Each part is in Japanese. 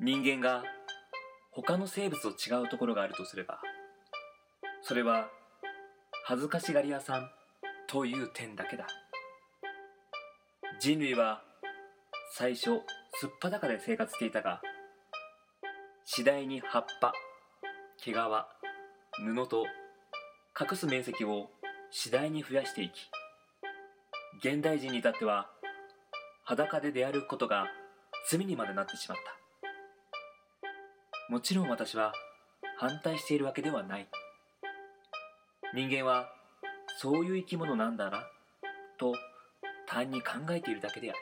人間が他の生物と違うところがあるとすれば、それは恥ずかしがり屋さんという点だけだ。人類は最初すっぱだかで生活していたが、次第に葉っぱ、毛皮、布と隠す面積を次第に増やしていき、現代人に至っては裸で出歩くことが罪にまでなってしまった。もちろん私は反対しているわけではない。人間はそういう生き物なんだなと単に考えているだけである。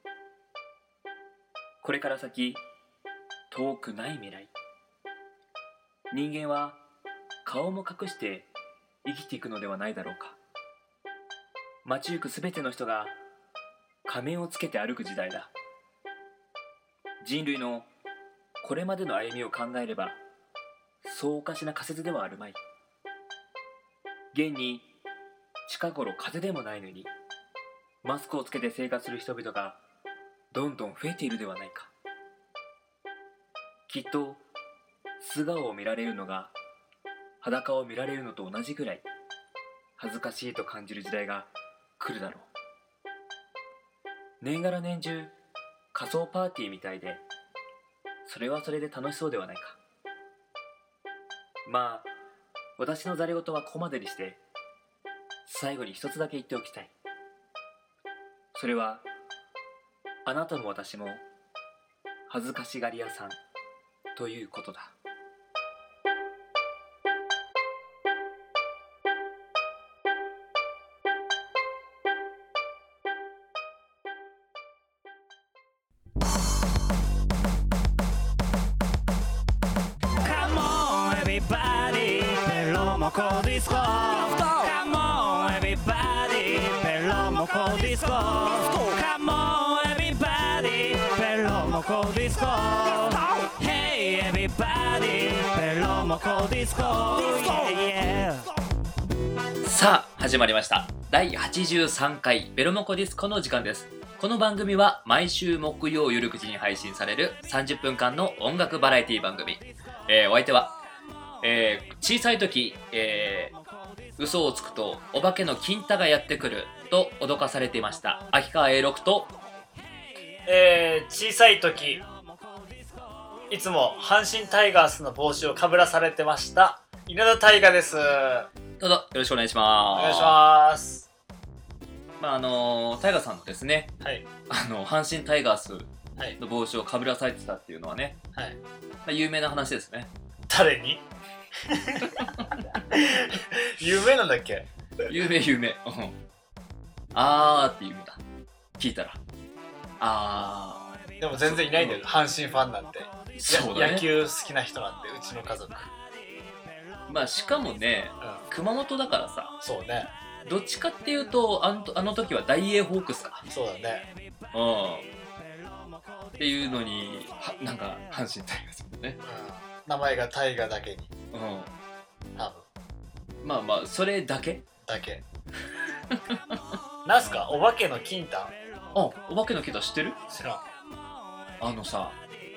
これから先、遠くない未来、人間は顔も隠して生きていくのではないだろうか。街行くすべての人が仮面をつけて歩く時代だ。人類のこれまでの歩みを考えれば、そうおかしな仮説ではあるまい。現に近頃風邪でもないのに、マスクをつけて生活する人々がどんどん増えているではないか。きっと素顔を見られるのが裸を見られるのと同じぐらい恥ずかしいと感じる時代が来るだろう。年がら年中仮装パーティーみたいで、それはそれで楽しそうではないか。まあ、私のざれ言はここまでにして、最後に一つだけ言っておきたい。それは、あなたも私も恥ずかしがり屋さんということだ。 ペロモコディスコ Come on everybody ペロモコディスコ Come on everybody ペロモコディスコ Hey everybody ペロモコディスコ Yeah, yeah. さあ始まりました。第83回ベロモコディスコの時間です。この番組は毎週木曜夜9時に配信される30分間の音楽バラエティ番組。お相手は小さい時、嘘をつくとお化けの金太がやってくると脅かされていました秋川 A6 と、 小さい時いつも阪神タイガースの帽子をかぶらされてました稲田大我です。 どうぞよろしくお願いします。 お願いします。 タイガーさんのですね、 はい、 阪神タイガースはいの帽子をかぶらされてたっていうのはね、 はい、 有名な話ですね。 誰に有名なんだっけ？ 有名あーっていう意味だ。聞いたらでも全然いないんだよ、阪神ファンなんて。 そうだね、 野球好きな人なんて、うちの家族。 まあしかもね、熊本だからさ、 そうね、 どっちかっていうとあの時はダイエーホークスか。 そうだね。 っていうのになんか阪神タイガースもね、 名前がタイガだけに。多分まあまあそれだけなんすか、お化けの金太。 お化けの木だ知ってる？ 知らん。 さ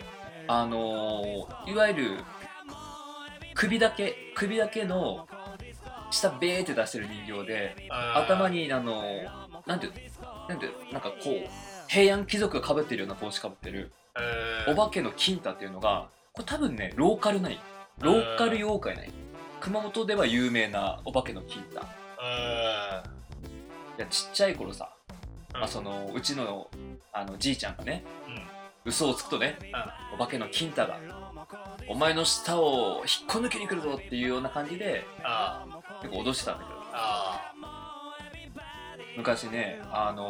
いわゆる首だけの下ベーって出してる人形で、頭になんてなんかこう平安貴族が被ってるような帽子被ってるお化けの金太っていうのが、これ多分ねローカル妖怪ない。熊本では有名なお化けの金太。いやちっちゃい頃さ、うちのじいちゃんがね、嘘をつくとね、お化けの金太がお前の舌を引っこ抜きに来るぞっていうような感じで結構脅してたんだけど、昔ね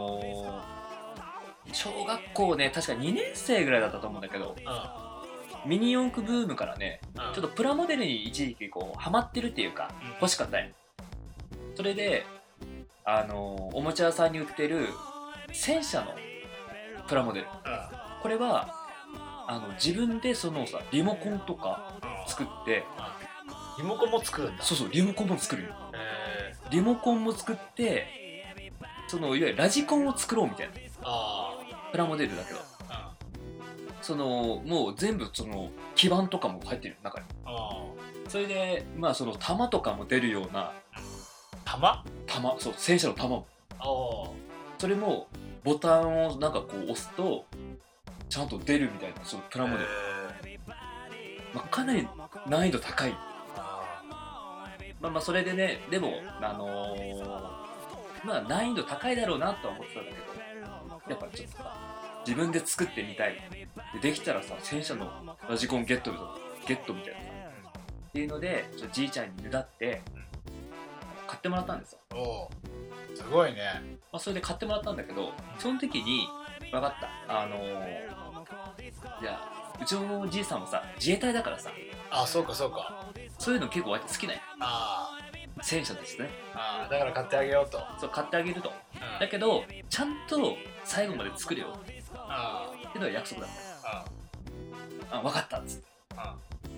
小学校ね確か2年生ぐらいだったと思うんだけど、ミニ四駆ブームからね、ちょっとプラモデルに一時期こうハマってるっていうか、欲しかったんや。それでおもちゃ屋さんに売ってる戦車のプラモデル、これは自分でそのさリモコンとか作って、 リモコンも作るんだ。 そうリモコンも作るよ。リモコンも作って、いわゆるラジコンを作ろうみたいなプラモデルだけど、 そのもう全部その基板とかも入ってる中に。それでまあその弾とかも出るような弾？ そう戦車の弾もそれもボタンをなんかこう押すとちゃんと出るみたいなそのプラモデル、まあ、かなり難易度高い。まあそれでね、でもまあ難易度高いだろうなとは思ってたんだけど、やっぱちょっとさ自分で作ってみたいできたらさ戦車のラジコンゲットみたいなさっていうのでじいちゃんにねだって買ってもらったんですよ。 すごいね。 まあ、それで買ってもらったんだけど、その時に分かった。いやうちのおじいさんもさ自衛隊だからさ、 そうかそうか。 そういうの結構割と好きなんや。戦車ですね。 だから買ってあげようと。 そう買ってあげると、だけどちゃんと最後まで作れよっていうのは約束だった。分かったっつって、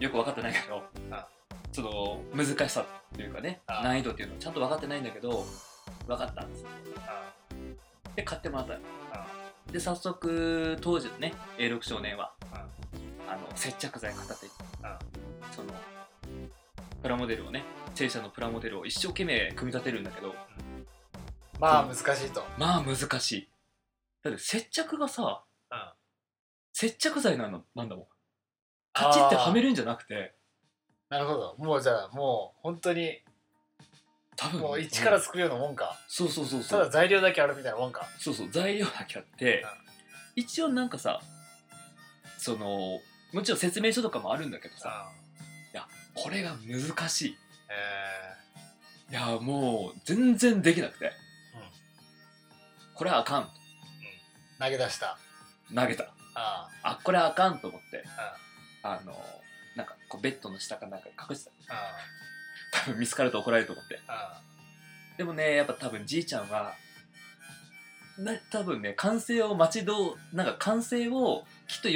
よく分かってないけど、その難しさっていうかね、難易度っていうのはちゃんと分かってないんだけど分かったっつってで買ってもらったよ。で早速当時のね A6 少年は接着剤片手にそのプラモデルをね、戦車のプラモデルを一生懸命組み立てるんだけど、 まあ難しいと。 まあ難しい。だって接着がさ、接着剤なんだもん。カチってはめるんじゃなくて。 なるほど。もうじゃあもう本当に多分もう一から作るようなもんか。 そうただ材料だけあるみたいなもんか。 そう材料だけあって、一応なんかさそのもちろん説明書とかもあるんだけどさ、いやこれが難しい。いやもう全然できなくて、これはあかん、 投げ出した。 投げた。これはあかんと思って、なんかこうベッドの下かなんかに隠してた。多分見つかると怒られると思って。でもねやっぱ多分じいちゃんは多分ね完成をなんか完成をきっと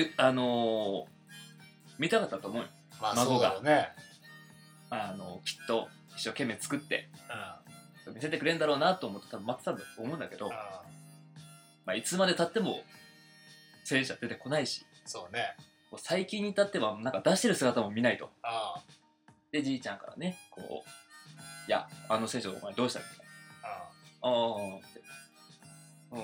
見たかったと思うよ。孫がねきっと一生懸命作って見せてくれるんだろうなと思って多分待ってたんだと思うんだけど、まあいつまで経っても戦車出てこないし、 そうね、 最近に至ってはなんか出してる姿も見ないと。でじいちゃんからねこういや戦車お前どうしたみたいな。って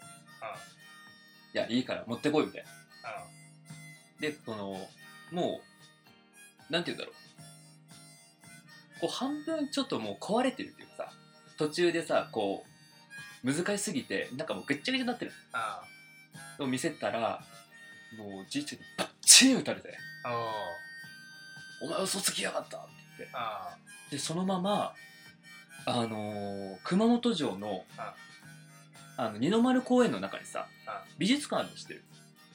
いやいいから持ってこいみたいな。でもうなんて言うんだろう、こう半分ちょっともう壊れてるっていうかさ、途中でさこう難しすぎてなんかもうぐっちゃぐちゃになってる。を見せたらもうじいちゃんにバッチリ撃たれて「お前嘘つきやがった!」って言って、でそのまま熊本城の二の丸公園の中にさ美術館あるの知ってる？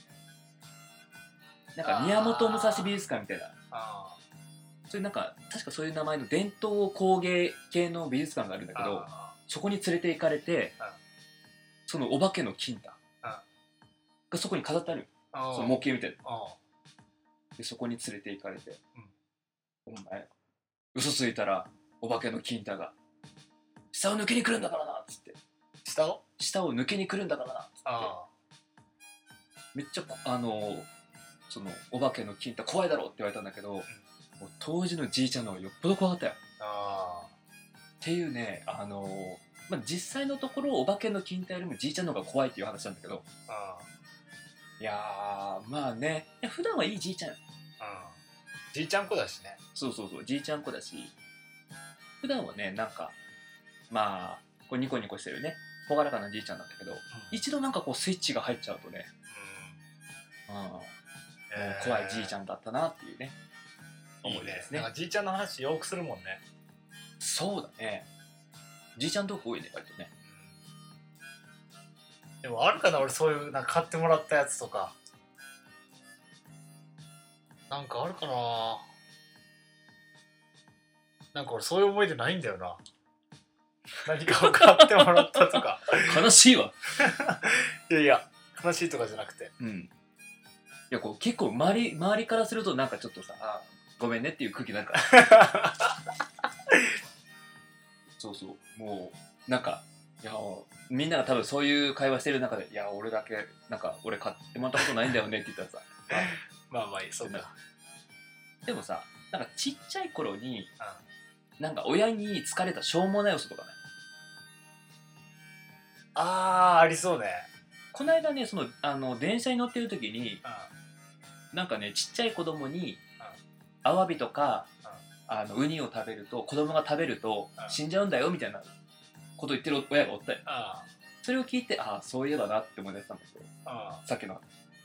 なんか宮本武蔵美術館みたいな、それなんか確かそういう名前の伝統工芸系の美術館があるんだけど、そこに連れて行かれて、そのお化けの金太がそこに飾ってある、その模型みたいな。でそこに連れて行かれて、お前嘘ついたらお化けの金太が下を抜けに来るんだからなっつって、下を抜けに来るんだからなっつってめっちゃそのお化けの金太怖いだろって言われたんだけど、もう当時のじいちゃんの方がよっぽど怖かったよ。っていうね、まあ、実際のところお化けの金太よりもじいちゃんの方が怖いっていう話なんだけど、いやーまあね、普段はいいじいちゃんよ。 じいちゃん子だしね。 そうじいちゃん子だし、普段はねなんかまあこうニコニコしてるね朗らかなじいちゃんなんだけど、一度なんかこうスイッチが入っちゃうとね、怖いじいちゃんだったなっていうね思いですね。 なんかじいちゃんの話よくするもんね。 そうだね、じいちゃんトーク多いね割とね。 でもあるかな、俺そういうなんか買ってもらったやつとかなんかあるかな。なんか俺そういう思い出ないんだよな。何かを買ってもらったとか悲しいわいや悲しいとかじゃなくて、 いやこう結構周りからするとなんかちょっとさごめんねっていう空気になるからそうもうなんかいやみんなが多分そういう会話してる中で、いや俺だけなんか俺買ってもらったことないんだよねって言ったらさまあまあいい、そうか。 でもさ、なんかちっちゃい頃に、なんか親に疲れたしょうもない嘘とかね。 あー、ありそうね。 この間ね、その電車に乗ってる時に、なんかね、ちっちゃい子供に、アワビとか、ウニを食べると、子供が食べると死んじゃうんだよみたいなこと言ってる親がおったよ。それを聞いて、ああ、そういえばなって思い出したんだけど、さっきの。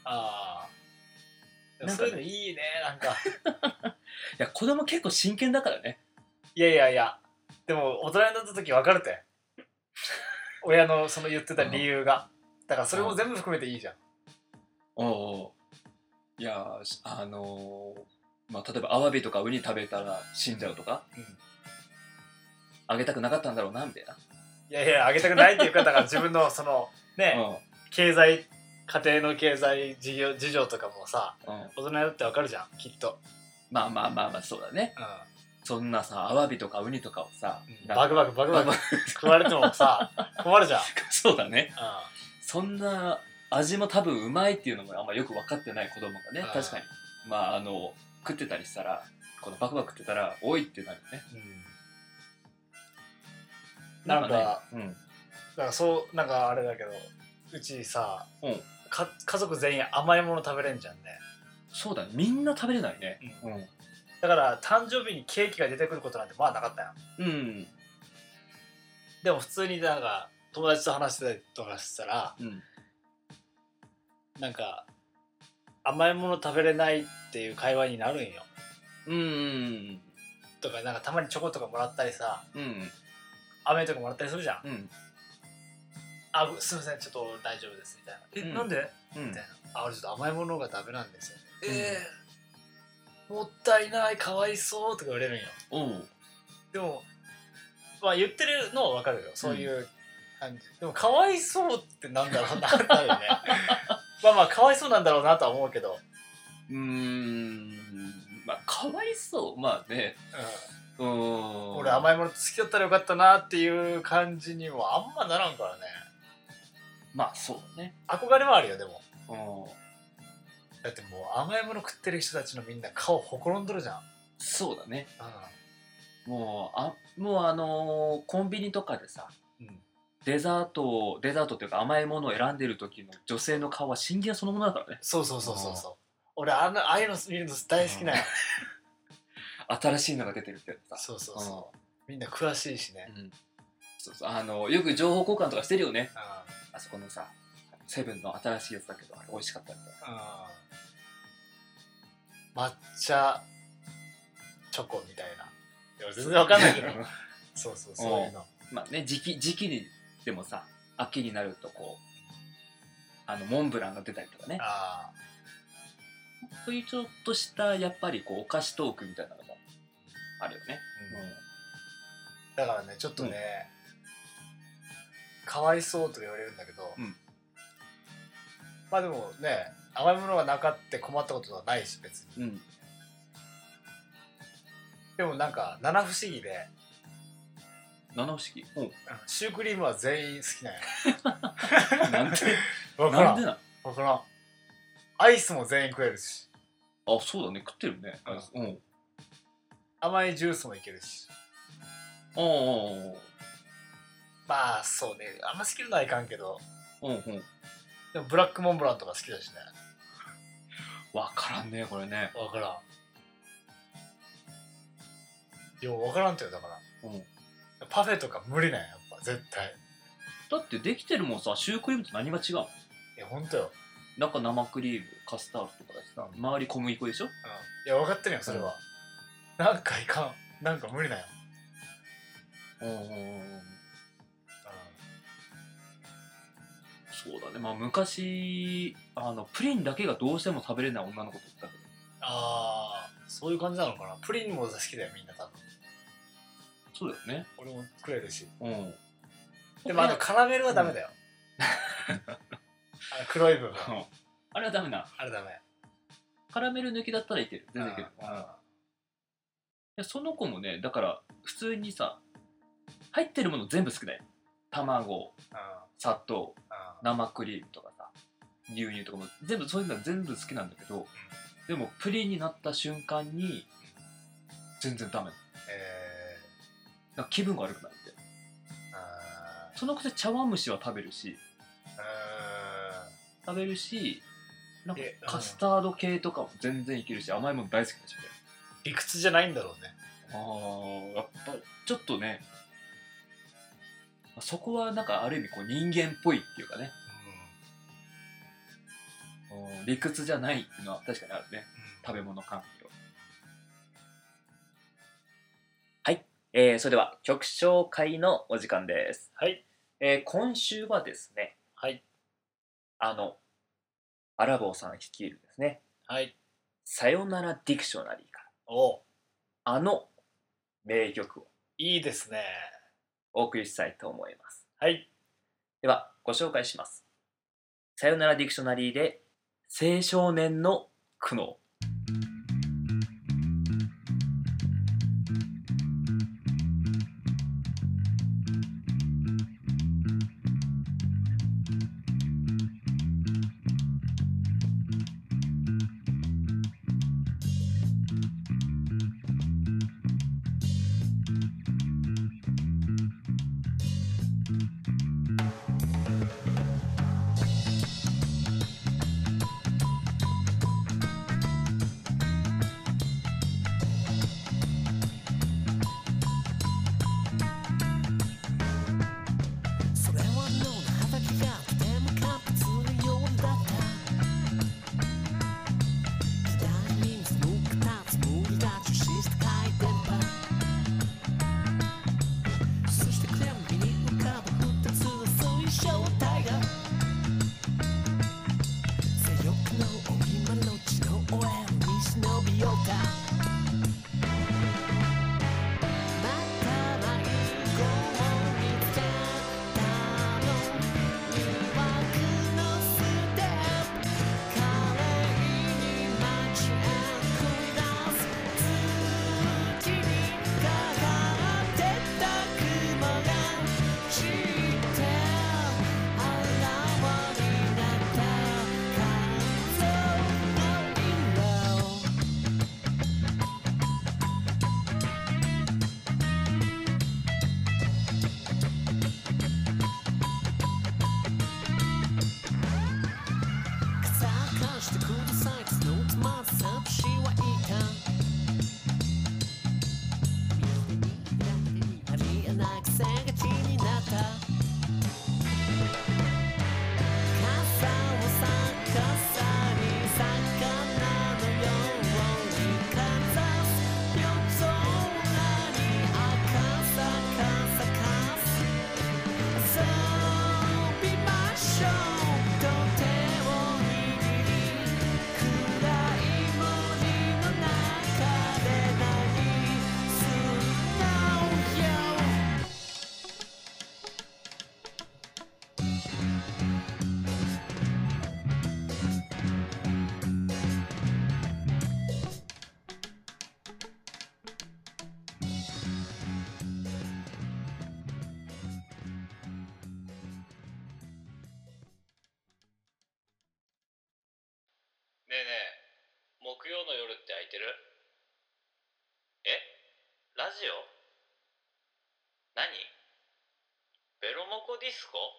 なんかそういうのいいね、なんか。 いや、子供結構真剣だからね。 いやいやいや、でも大人になった時分かるって。親のその言ってた理由が。だからそれも全部含めていいじゃん。 おう。いや、まあ、例えばアワビとかウニ食べたら死んじゃうとか、あげたくなかったんだろうなみたいな。 いやいや、あげたくないっていうか、だから自分のそのね、経済、家庭の経済事情とかもさ、大人になって分かるじゃん、きっと。 まあまあまあまあ、そうだね。そんなさ、アワビとかウニとかをさ、 バクバク食われてもさ、困るじゃん。 そうだね。そんな味も多分うまいっていうのもあんまよく分かってない子供がね、確かにまあ食ってたりしたら、このバクバク食ってたらおいってなるよね。 なんか、だからそう、なんかあれだけど、うちさ、家族全員甘いもの食べれんじゃんね。 そうだね、みんな食べれないね。 だから誕生日にケーキが出てくることなんてまあなかったよ。でも普通になんか友達と話してたりとかしたら、なんか甘いもの食べれないっていう会話になるんよ。とか、なんかたまにチョコとかもらったりさ、飴とかもらったりするじゃん。あ、すいません、ちょっと大丈夫ですみたいな。なんでみたいな。あ、俺ちょっと甘いものがダメなんですよ。もったいない、かわいそうとか言われるんよ。でもまあ言ってるのは分かるよ、そういう感じ。でもかわいそうってなんだろうなってなるよね。まあまあかわいそうなんだろうなとは思うけど、 まあかわいそう、まあね、 俺甘いもの好きだったらよかったなっていう感じにもあんまならんからね。 まあそうだね。 憧れはあるよ。でもだってもう甘いもの食ってる人たちのみんな顔ほころんどるじゃん。 そうだね。もうコンビニとかでさ、デザートっていうか甘いものを選んでる時の女性の顔は信じそのものだからね。 そう。俺ああいうの見るの大好きなよ。 新しいのが出てるってさ。 そう。みんな詳しいしね。 よく情報交換とかしてるよね。あそこのさ、セブンの新しいやつだけど、あれ美味しかったみたいな。 抹茶チョコみたいな。全然わかんないけど。そういうの。 まあね、時期にでもさ、秋になるとこうモンブランが出たりとかね。そういうちょっとしたやっぱりこうお菓子トークみたいなのもあるよね。 だからね、ちょっとね、かわいそうとか言われるんだけど、まあでもね、甘いものがなかって困ったことはないし別に。でもなんか七不思議で、 七不思議、 シュークリームは全員好きなんや。 なんでなんでな。分からん。アイスも全員食えるし。 あ、そうだね、食ってるね。 甘いジュースもいけるし。まあそうね、あんま好きなのはいかんけど、でもブラックモンブランとか好きだしね。 分からんね、これね。 分からん。いや、分からんってよ。だから、パフェとか無理なんや、やっぱ絶対。 だってできてるもんさ、シュークリームと何が違うの？ いや、ほんとよ。 中生クリーム、カスタードとかだしさ、周り小麦粉でしょ？ いや、分かってるよ、それは。なんかいかん。なんか無理なんや。 そうだね。まあ昔プリンだけがどうしても食べれない女の子と言ったけど。 そういう感じなのかな。プリンも好きだよ、みんな多分。 そうだよね。 俺も食えるし。でもカラメルはダメだよ。黒い部分。 あれはダメな。 あれダメ。 カラメル抜きだったらいける。全然いける。その子もね、だから普通にさ、入ってるもの全部好きだよ。卵、砂糖、生クリームとかさ。 牛乳とかも全部そういうのは全部好きなんだけど、でもプリンになった瞬間に全然ダメ。なんか気分が悪くなって、そのくせ茶碗蒸しは食べるしなんかカスタード系とかも全然いけるし、甘いもの大好きだし、 理屈じゃないんだろうね。 やっぱちょっとね、そこはなんかある意味こう人間っぽいっていうかね、理屈じゃないっていうのは確かにあるね、食べ物関係は。はい、それでは曲紹介のお時間です。 はい、 今週はですね、 はい、 アラボーさん率いるですね、 はい、 さよならディクショナリーから名曲をいいですね。 お送りしたいと思います。 はい、 ではご紹介します。さよならディクショナリーで青少年の苦悩。 ねえねえ、木曜の夜って空いてる？ラジオ？何？ベロモコディスコ？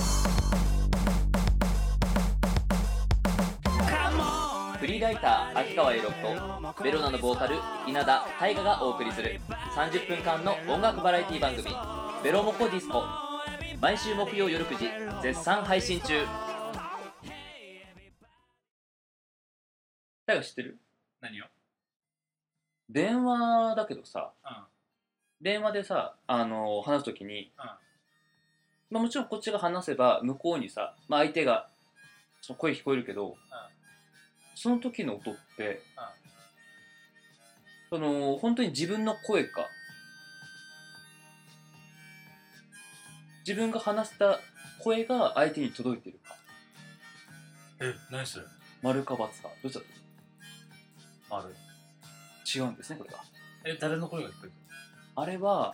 フリーライター秋川栄六とベロナのボーカル稲田大我がお送りする30分間の音楽バラエティ番組ベロモコディスコ、毎週木曜夜9時絶賛配信中。大我知ってる？ 何を？ 電話だけどさ、 うん、 電話でさ、話すときに、もちろんこっちが話せば向こうにさ、相手がその声聞こえるけど、その時の音って、本当に自分の声か、自分が話した声が相手に届いてるか。 何それ？ 丸か×か、どっちだと丸。 違うんですね、これが。 誰の声が聞こえてる？ あれは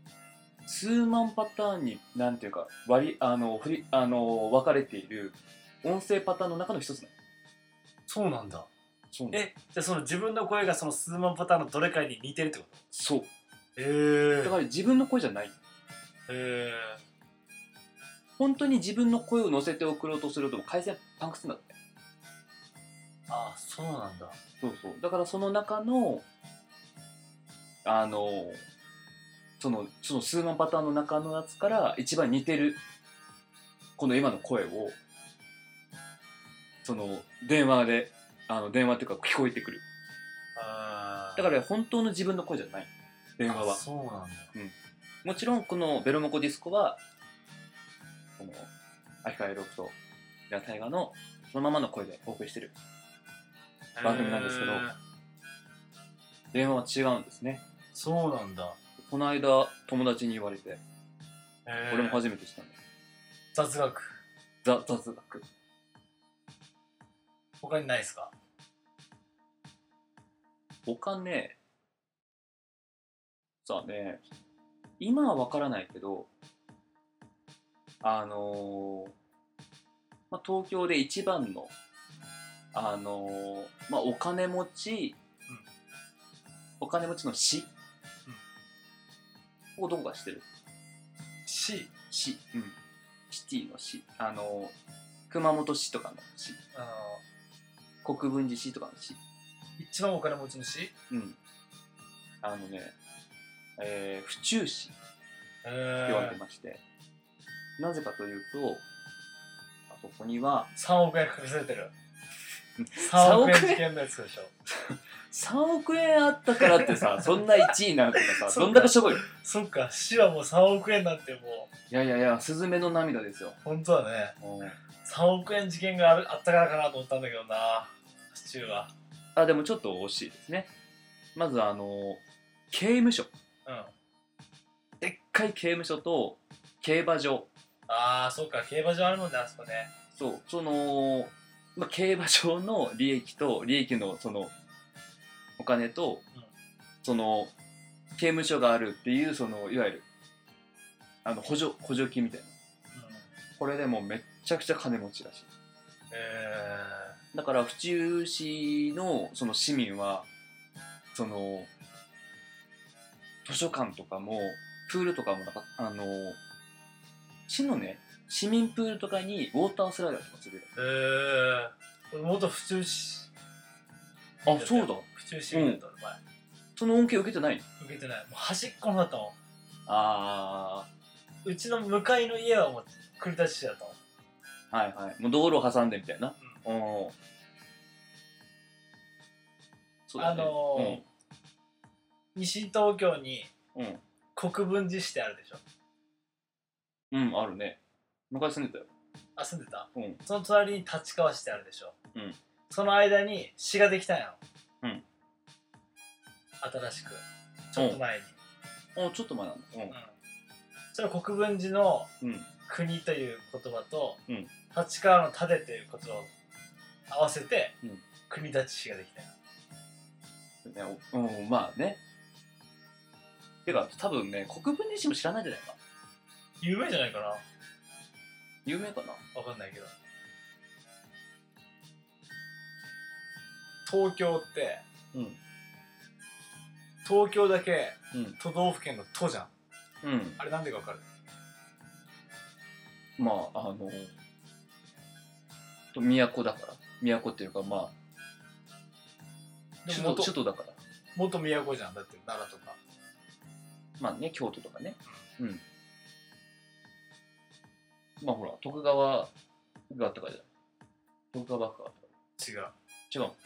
数万パターンになんていうか分かれている音声パターンの中の一つなの。 そうなんだ。 そうなの。 じゃあその自分の声がその数万パターンのどれかに似てるってこと？ そう。 へえ。 だから自分の声じゃない。 へえ。 本当に自分の声を乗せて送ろうとすると回線パンクするんだって。 ああ、そうなんだ。 そうそう。だからその中のその数万パターンの中のやつから一番似てるこの今の声をその電話で電話っていうか聞こえてくる。だから本当の自分の声じゃない電話は。 そうなんだ。 もちろんこのベロモコディスコはこの秋川ロフトや大河のそのままの声でお送りしてる番組なんですけど、電話は違うんですね。 そうなんだ。 この間友達に言われて、俺も初めて知ったんだよ。 雑学。 雑学。 他にないですか？ 他ね、さあね、今は分からないけど、東京で一番のお金持ち、お金持ちの市、ここどこか知ってる？ 市、 シティの市、熊本市とかの市、国分寺市とかの市、 一番お金持ちの市？ 府中市って言われてまして、なぜかというと、あそこには 3億円隠されてる。3億円事件のやつでしょ。 3億円あったからってさ、そんな1位になるとかさ、どんだけしょぼいよ。 そっか、市はもう3億円なんてもう。 いや、スズメの涙ですよ。 本当だね。3億円事件があったからかなと思ったんだけどな、市中は。 でもちょっと惜しいですね。まず刑務所。でっかい刑務所と競馬場。 そうか、競馬場あるもんね、あそこね。 そう、競馬場の利益と利益のそのお金と、その刑務所があるっていうそのいわゆる補助金みたいな、これでもうめっちゃくちゃ金持ちらしい。だから府中市のその市民はその図書館とかもプールとかもなんか市のね市民プールとかにウォータースライダーとかする。 元府中市。 そうだ。 府中市民だったの前。 その恩恵受けてない？ 受けてない。もう端っこのだったもん。うちの向かいの家はもう栗田市だったもん。 はいはい。もう道路を挟んでみたいな。 そうだね。西東京に国分寺市ってあるでしょ。 あるね。昔住んでたよ。 住んでた？その隣に立川市ってあるでしょ。その間に市ができたんやろ。新しく。ちょっと前に。 ちょっと前なんだ。 それは国分寺の国という言葉と、立川の立という言葉を合わせて、国立市ができたよ。 まあね。てか多分ね、国分寺市も知らないんじゃないか。 有名じゃないかな。 有名かな。 わかんないけど。東京って、東京だけ都道府県の都じゃん。あれなんでかわかる？ 都だから。都っていうか首都だから。 元都じゃん。だって奈良とか。 京都とかね。ほら徳川があったからじゃない。徳川幕府があったから。違う。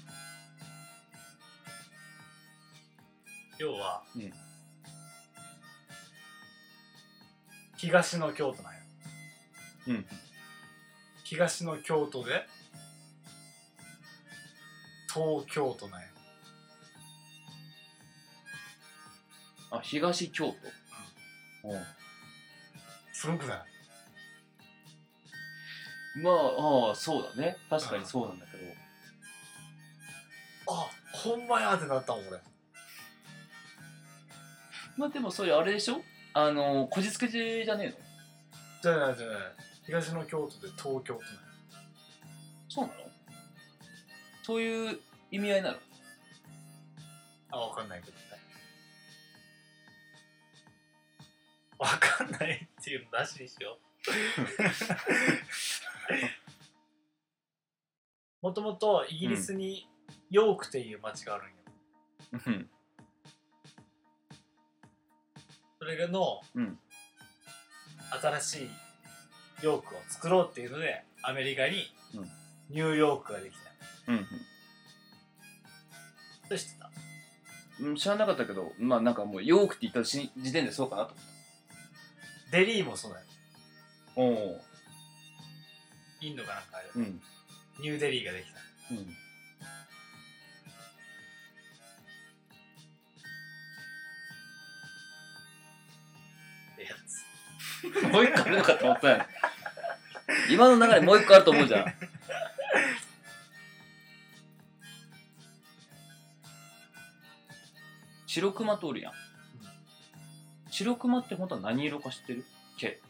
要は、東の京都なんや。東の京都で東京都なんや。 東京都。 すごくない？ そうだね。確かにそうなんだけど。 ほんまやってなったもん俺。 でもそれあれでしょ？こじつけじゃねえの？ じゃない。東の京都で東京都なんや。 そうなの？そういう意味合いなの？ わかんないけどね。わかんないっていうのなしにしよう。もともとイギリスにヨークっていう町があるんよ。 うん。 それの、 うん、 新しいヨークを作ろうっていうのでアメリカにニューヨークができた。 うんうん。 それ知ってた？ 知らなかったけど、まあなんかもうヨークって言った時点でそうかなと思った。 デリーもそうだよ。 おお。 インドかなんかあれ、 うん、 ニューデリーができた。 うん。 ってやつ。 もう一個あるのかと思ったよ。今の流れもう一個あると思うじゃん。白熊通るやん。白熊って本当は何色か知ってる？毛。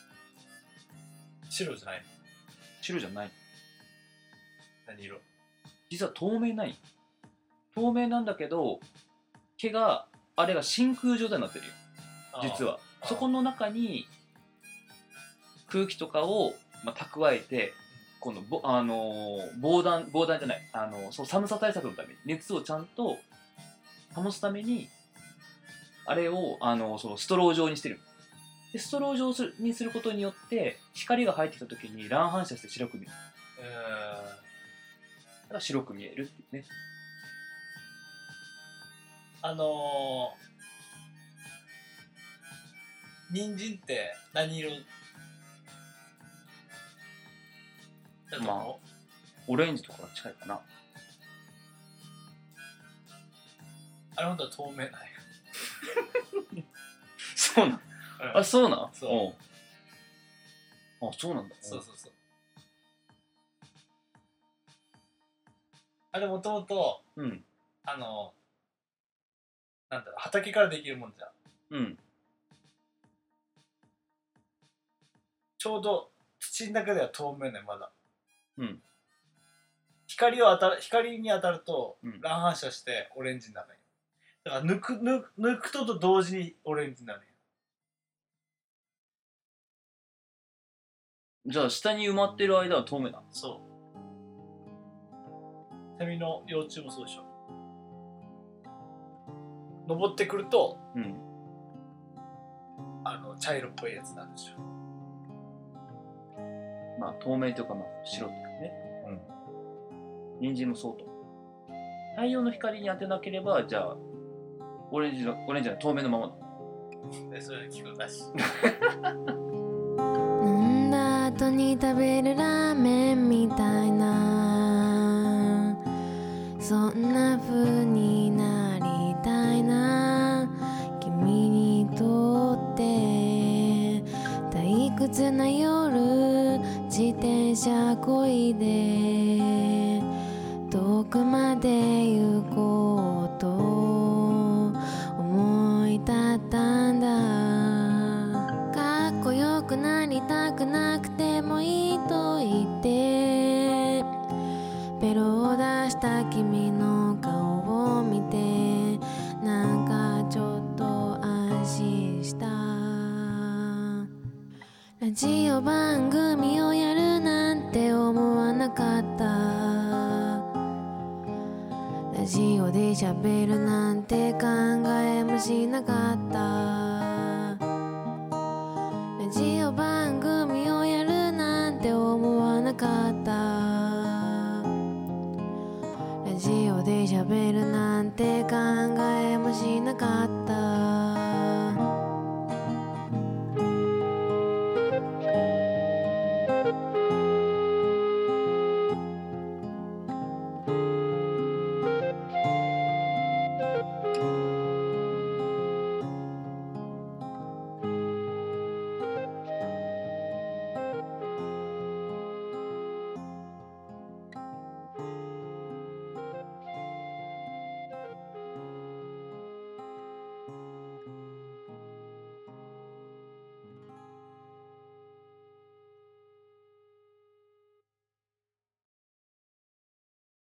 白じゃないの？ 白じゃない。 何色？ 実は透明ない。透明なんだけど、毛があれが真空状態になってるよ。実はそこの中に空気とかを、蓄えて、今度防弾じゃない、そう寒さ対策のために熱をちゃんと保つためにあれをそのストロー状にしてる。でストロー状にすることによって光が入ってきた時に乱反射して白く見える。だから白く見えるっていうね。 人参って何色だと思う？ まあオレンジとかが近いかな。 あれ本当は透明なんや。 そうなん。あ、そうなん。 そう。 あ、そうなんだ。 そうそうそう。あれもともとなんだろう、畑からできるもんじゃん。 うん。 ちょうど土の中では透明ね、まだ。 うん。 光に当たると乱反射してオレンジになるんよ。だから抜くと同時にオレンジになるんよ。 じゃあ下に埋まってる間は透明なの？ そう。セミの幼虫もそうでしょ。登ってくると、茶色っぽいやつなんですよ。 まあ透明というか白っていうかね。人参もそうと。太陽の光に当てなければじゃあオレンジの透明のままだ。 それ聞くなし。 飲んだ後に食べるラーメンみたいな、そんな風になりたいな。君にとって退屈な夜、自転車こいで遠くまで行こうと思い立ったんだ。かっこよくなりたくなくてもいいと言ってベロを出した君の顔を見て、なんかちょっと安心した。ラジオ番組をやるなんて思わなかった。ラジオで喋るなんて考えもしなかった。ラジオ番組をやるなんて思わなかった。ラジオで喋るなんて考えもしなかった。